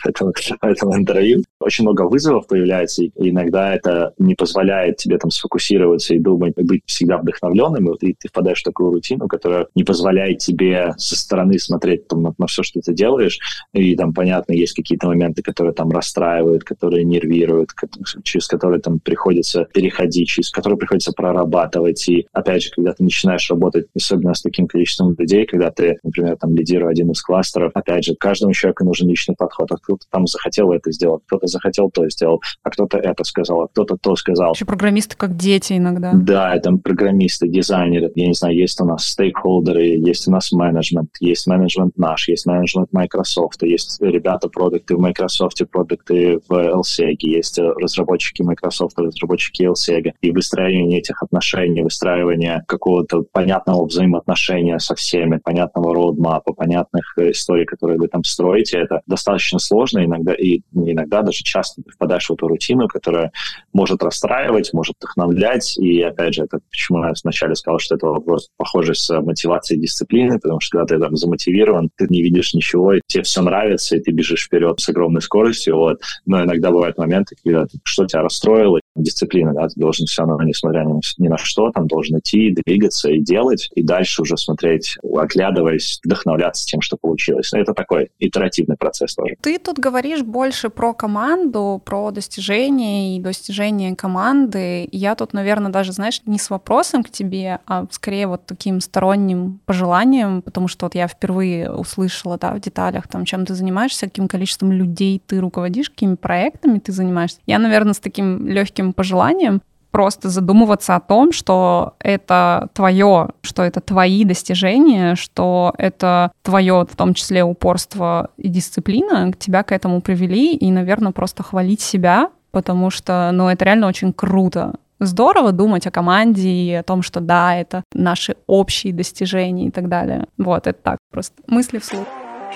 этом интервью. Очень много вызовов появляется, и иногда это не позволяет тебе там сфокусироваться и думать, и быть всегда вдохновленным, и ты впадаешь в такую рутину, которая не позволяет тебе со стороны смотреть там, на все, что ты делаешь, и там, понятно, есть какие-то моменты, которые там расстраивают, которые нервируют, через которые там приходится переходить, через которые приходится прорабатывать, и опять же, когда ты начинаешь работать, особенно с таким количеством людей, когда ты, например, там лидируешь один из кластеров, опять же, каждому человеку нужен личный подход. А кто-то там захотел это сделать, кто-то захотел то сделал, а кто-то это сказал, а кто-то то сказал. Еще программисты как дети иногда. Да, там программисты, дизайнеры, я не знаю, есть у нас стейкхолдеры, есть у нас менеджмент, есть менеджмент наш, есть менеджмент Microsoft, есть ребята, продукты в Microsoft, продукты в LSEG, есть разработчики Microsoft, разработчики LSEG. И выстраивание этих отношений, выстраивание какого-то понятного взаимоотношения со всеми, понятного роудмапа, понятных историй, которые вы там строите, это достаточно сложно иногда, и иногда даже часто ты впадаешь в эту рутину, которая может расстраивать, может вдохновлять, и опять же, это почему я вначале сказал, что это вопрос похожий с мотивацией и дисциплиной, потому что когда ты там замотивирован, ты не видишь ничего, и тебе все нравится, и ты бежишь вперед с огромной скоростью, вот. Но иногда бывают моменты, когда что тебя расстроило, дисциплина, да, ты должен все равно, несмотря ни на что, там должен идти, двигаться и делать, и дальше уже смотреть, оглядываясь, вдохновляться тем, что получилось. Но это такой итеративный процесс тоже. Ты тут говоришь больше про команду, про достижения и достижения команды. Я тут, наверное, даже, знаешь, не с вопросом к тебе, а скорее вот таким сторонним пожеланием, потому что вот я впервые услышала, да, в деталях, там, чем ты занимаешься, каким количеством людей ты руководишь, какими проектами ты занимаешься. Я, наверное, с таким легким пожеланием просто задумываться о том, что это твое, что это твои достижения, что это твое, в том числе, упорство и дисциплина, тебя к этому привели, и, наверное, просто хвалить себя, потому что, ну, это реально очень круто. Здорово думать о команде и о том, что да, это наши общие достижения и так далее. Вот, это так, просто мысли вслух.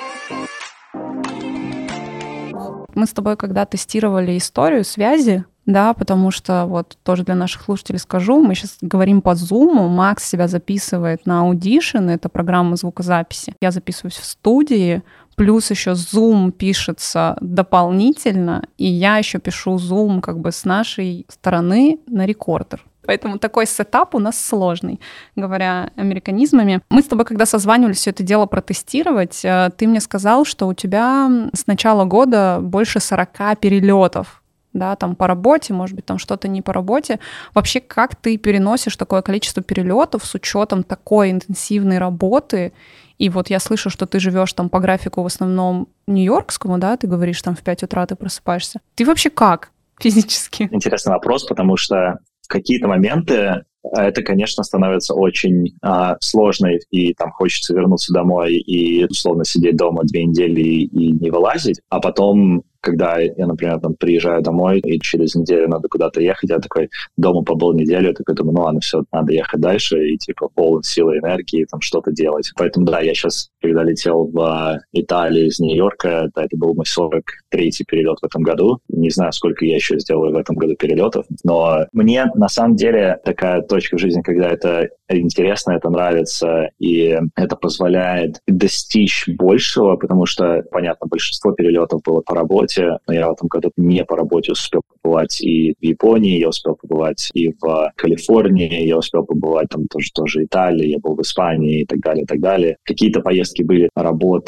Мы с тобой когда тестировали историю связи, да, потому что вот тоже для наших слушателей скажу, мы сейчас говорим по Zoom, Макс себя записывает на Audition, это программа звукозаписи. Я записываюсь в студии, плюс еще Zoom пишется дополнительно, и я еще пишу Zoom как бы с нашей стороны на рекордер. Поэтому такой сетап у нас сложный, говоря американизмами. Мы с тобой, когда созванивались все это дело протестировать, ты мне сказал, что у тебя с начала года больше 40 перелетов, да, там по работе, может быть, там что-то не по работе. Вообще, как ты переносишь такое количество перелетов с учетом такой интенсивной работы? И вот я слышу, что ты живешь там по графику в основном нью-йоркскому, да, ты говоришь, там в 5 утра ты просыпаешься. Ты вообще как физически? Интересный вопрос, потому что в какие-то моменты это, конечно, становится очень сложно, и там хочется вернуться домой и, условно, сидеть дома 2 недели и не вылазить, а потом, когда я, например, там приезжаю домой, и через неделю надо куда-то ехать, я такой дома побыл неделю, такой думаю, ну ладно, все, надо ехать дальше, и типа полон силы и энергии, там что-то делать. Поэтому, да, я сейчас, когда летел в Италию из Нью-Йорка, да, это был мой 43-й перелет в этом году. Не знаю, сколько я еще сделаю в этом году перелетов, но мне, на самом деле, такая точка в жизни, когда это интересно, это нравится, и это позволяет достичь большего, потому что, понятно, большинство перелетов было по работе, но я в этом году не по работе успел побывать и в Японии, я успел побывать и в Калифорнии, я успел побывать там тоже Италии, я был в Испании и так далее, и так далее. Какие-то поездки были работа,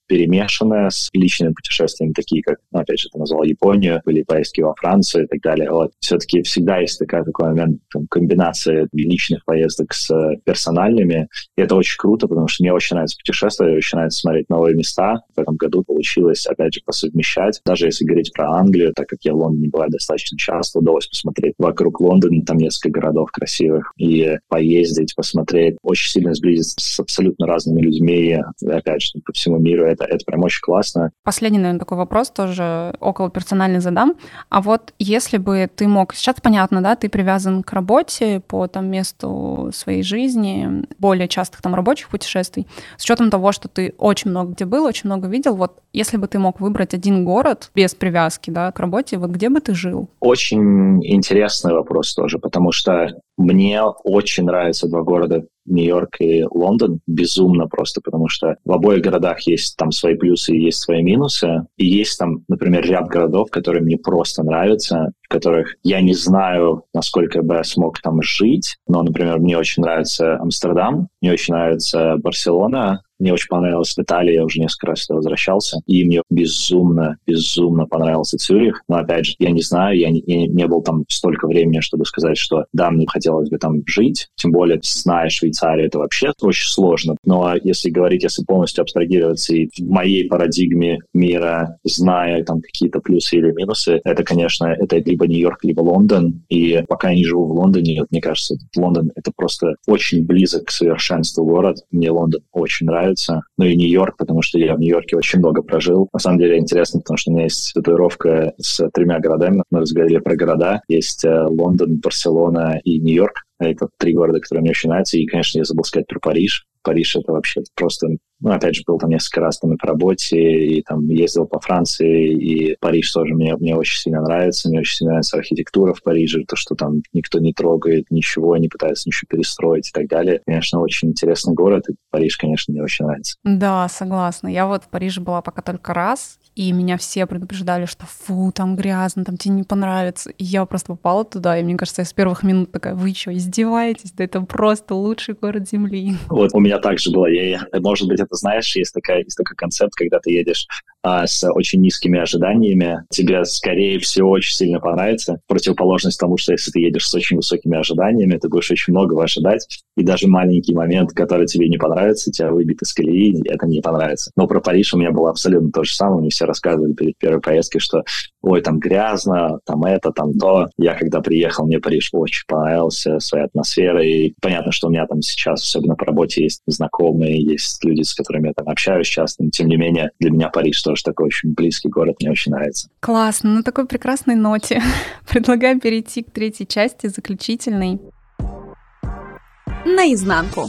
перемешанная с личными путешествиями, такие как, ну, опять же, ты назвал Японию, были поездки во Францию и так далее. Вот. Все-таки всегда есть такой момент комбинации личных поездок с персональными. И это очень круто, потому что мне очень нравится путешествовать, очень нравится смотреть новые места. В этом году получилось, опять же, посовмещать. Даже если говорить про Англию, так как я в Лондоне бываю достаточно часто, удалось посмотреть вокруг Лондона, там несколько городов красивых, и поездить, посмотреть, очень сильно сблизиться с абсолютно разными людьми, опять же, по всему миру. Это прям очень классно. Последний, наверное, такой вопрос, тоже около персональный задам. А вот если бы ты мог... Сейчас понятно, да, ты привязан к работе по там месту своей жизни, более частых там рабочих путешествий. С учетом того, что ты очень много где был, очень много видел, вот если бы ты мог выбрать один город без привязки, да, к работе, вот где бы ты жил? Очень интересный вопрос тоже, потому что мне очень нравятся два города, Нью-Йорк и Лондон, безумно просто, потому что в обоих городах есть там свои плюсы и есть свои минусы. И есть там, например, ряд городов, которые мне просто нравятся, в которых я не знаю, насколько бы я смог там жить, но, например, мне очень нравится Амстердам, мне очень нравится Барселона, мне очень понравилась Италия, я уже несколько раз сюда возвращался, и мне безумно понравился Цюрих. Но, опять же, я не знаю, я не был там столько времени, чтобы сказать, что да, мне хотелось бы там жить, тем более, зная Швейцарию, это вообще очень сложно. Но если полностью абстрагироваться и в моей парадигме мира, зная там какие-то плюсы или минусы, это, конечно, это либо Нью-Йорк, либо Лондон. И пока я не живу в Лондоне, мне кажется, Лондон — это просто очень близок к совершенству город. Мне Лондон очень нравится. Ну и Нью-Йорк, потому что я в Нью-Йорке очень много прожил. На самом деле интересно, потому что у меня есть татуировка с 3 городами. Мы разговаривали про города. Есть Лондон, Барселона и Нью-Йорк. Это 3 города, которые мне очень нравятся. И, конечно, я забыл сказать про Париж. Париж — это вообще просто... Ну, опять же, был там несколько раз там и по работе, и там ездил по Франции, и Париж тоже мне очень сильно нравится. Мне очень сильно нравится архитектура в Париже, то, что там никто не трогает ничего, не пытается ничего перестроить и так далее. Конечно, очень интересный город, и Париж, конечно, мне очень нравится. Да, согласна. Я вот в Париже была пока только раз, и меня все предупреждали, что фу, там грязно, там тебе не понравится. И я просто попала туда, и мне кажется, я с первых минут такая: вы что, издеваетесь? Да это просто лучший город Земли. Вот у меня так же было. Может быть, это знаешь, есть такой концепт, когда ты едешь с очень низкими ожиданиями, тебе, скорее всего, очень сильно понравится. Противоположность тому, что если ты едешь с очень высокими ожиданиями, ты будешь очень многого ожидать, и даже маленький момент, который тебе не понравится, тебя выбьет из колеи, и это не понравится. Но про Париж у меня было абсолютно то же самое. Мне все рассказывали перед первой поездкой, что ой, там грязно, там это, там то. Я когда приехал, мне Париж очень понравился своей атмосферой. И понятно, что у меня там сейчас, особенно по работе, есть знакомые, есть люди, с которыми я там общаюсь часто, но тем не менее для меня Париж тоже такой очень близкий город, мне очень нравится. Классно, на такой прекрасной ноте предлагаю перейти к третьей части, заключительной. Наизнанку.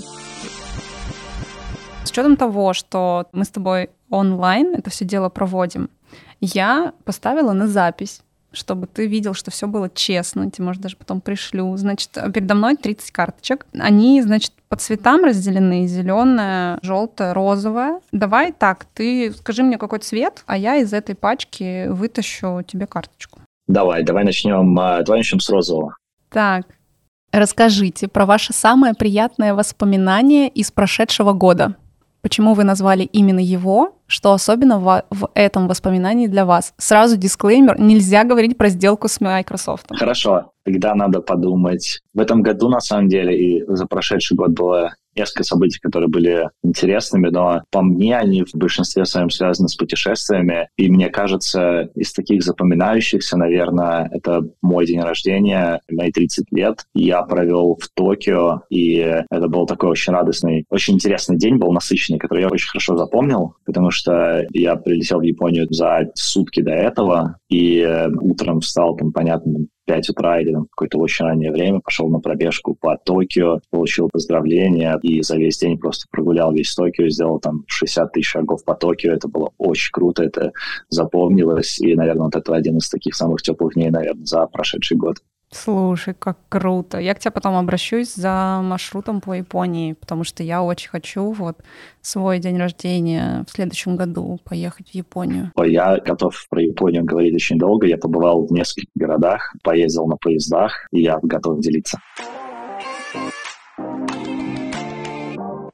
С учетом того, что мы с тобой онлайн это все дело проводим, я поставила на запись, чтобы ты видел, что все было честно. Тебе, может, даже потом пришлю. Значит, передо мной 30 карточек. Они, значит, по цветам разделены: зеленая, желтая, розовая. Давай так, ты скажи мне, какой цвет, а я из этой пачки вытащу тебе карточку. Давай начнем с розового. Так, расскажите про ваше самое приятное воспоминание из прошедшего года. Почему вы назвали именно его? Что особенно в этом воспоминании для вас? Сразу дисклеймер: нельзя говорить про сделку с Microsoft. Хорошо, тогда надо подумать. В этом году, на самом деле, и за прошедший год было несколько событий, которые были интересными, но по мне они в большинстве своем связаны с путешествиями. И мне кажется, из таких запоминающихся, наверное, это мой день рождения, мои 30 лет. Я провел в Токио, и это был такой очень радостный, очень интересный день, был насыщенный, который я очень хорошо запомнил, потому что я прилетел в Японию за сутки до этого, и утром встал, там, понятно, 5 утра или какое-то очень раннее время, пошел на пробежку по Токио, получил поздравления и за весь день просто прогулял весь Токио, сделал там 60 тысяч шагов по Токио. Это было очень круто, это запомнилось. И, наверное, вот это один из таких самых теплых дней, наверное, за прошедший год. Слушай, как круто. Я к тебе потом обращусь за маршрутом по Японии, потому что я очень хочу вот свой день рождения в следующем году поехать в Японию. Я готов про Японию говорить очень долго. Я побывал в нескольких городах, поездил на поездах, и я готов делиться.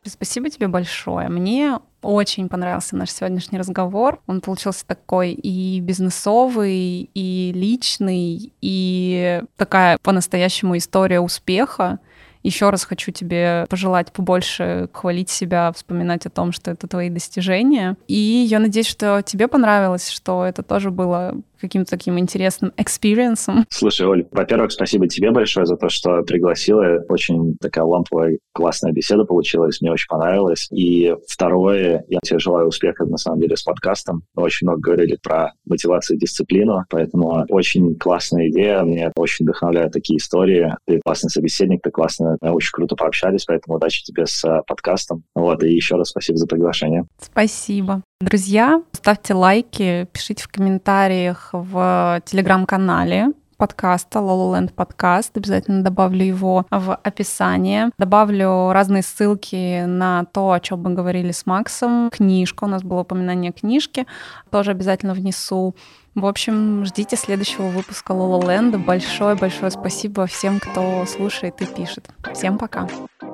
Спасибо тебе большое. Мне очень понравился наш сегодняшний разговор. Он получился такой и бизнесовый, и личный, и такая по-настоящему история успеха. Еще раз хочу тебе пожелать побольше хвалить себя, вспоминать о том, что это твои достижения. И я надеюсь, что тебе понравилось, что это тоже было каким-то таким интересным экспириенсом. Слушай, Оль, во-первых, спасибо тебе большое за то, что пригласила. Очень такая ламповая, классная беседа получилась. Мне очень понравилось. И второе, я тебе желаю успеха, на самом деле, с подкастом. Мы очень много говорили про мотивацию и дисциплину, поэтому очень классная идея. Мне очень вдохновляют такие истории. Ты классный собеседник, ты классно, мы очень круто пообщались, поэтому удачи тебе с подкастом. И еще раз спасибо за приглашение. Спасибо. Друзья, ставьте лайки, пишите в комментариях в телеграм-канале подкаста Lolaland Podcast. Обязательно добавлю его в описание. Добавлю разные ссылки на то, о чем мы говорили с Максом. Книжка, у нас было упоминание книжки, тоже обязательно внесу. В общем, ждите следующего выпуска Lolaland. Большое-большое спасибо всем, кто слушает и пишет. Всем пока!